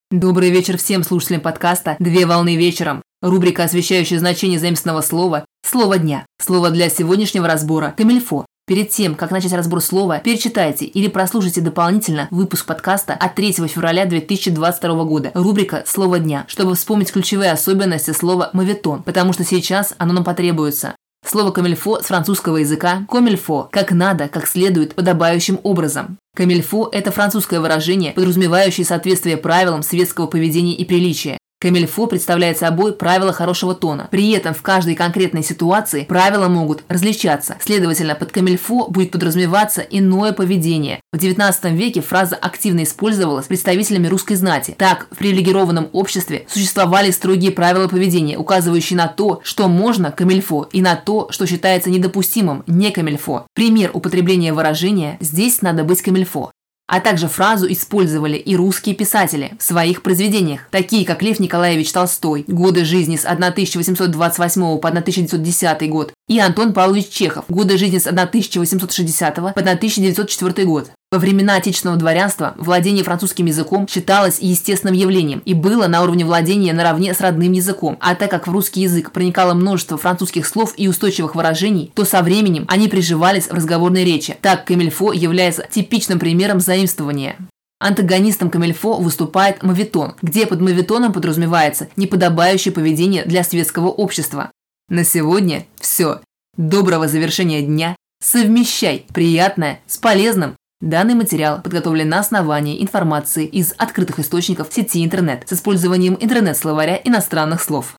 Добрый вечер всем слушателям подкаста «Две волны вечером». Рубрика, освещающая значение заимственного слова «Слово дня». Слово для сегодняшнего разбора – камильфо. Перед тем, как начать разбор слова, перечитайте или прослушайте дополнительно выпуск подкаста от 3 февраля 2022 года. Рубрика «Слово дня», чтобы вспомнить ключевые особенности слова «моветон», потому что сейчас оно нам потребуется. Слово «камильфо» с французского языка «комильфо» – как надо, как следует, подобающим образом. Камильфо – это французское выражение, подразумевающее соответствие правилам светского поведения и приличия. Камильфо представляет собой правила хорошего тона. При этом в каждой конкретной ситуации правила могут различаться. Следовательно, под камильфо будет подразумеваться иное поведение. В XIX веке фраза активно использовалась представителями русской знати. Так, в привилегированном обществе существовали строгие правила поведения, указывающие на то, что можно камильфо, и на то, что считается недопустимым не камильфо. Пример употребления выражения «здесь надо быть камильфо». А также фразу использовали и русские писатели в своих произведениях, такие как Лев Николаевич Толстой, годы жизни с 1828 по 1910 год, и Антон Павлович Чехов, годы жизни с 1860 по 1904 год. Во времена отечественного дворянства владение французским языком считалось естественным явлением и было на уровне владения наравне с родным языком. А так как в русский язык проникало множество французских слов и устойчивых выражений, то со временем они приживались в разговорной речи. Так, камильфо является типичным примером заимствования. Антагонистом камильфо выступает моветон, где под моветоном подразумевается неподобающее поведение для светского общества. На сегодня все. Доброго завершения дня. Совмещай приятное с полезным. Данный материал подготовлен на основании информации из открытых источников сети интернет с использованием интернет-словаря иностранных слов.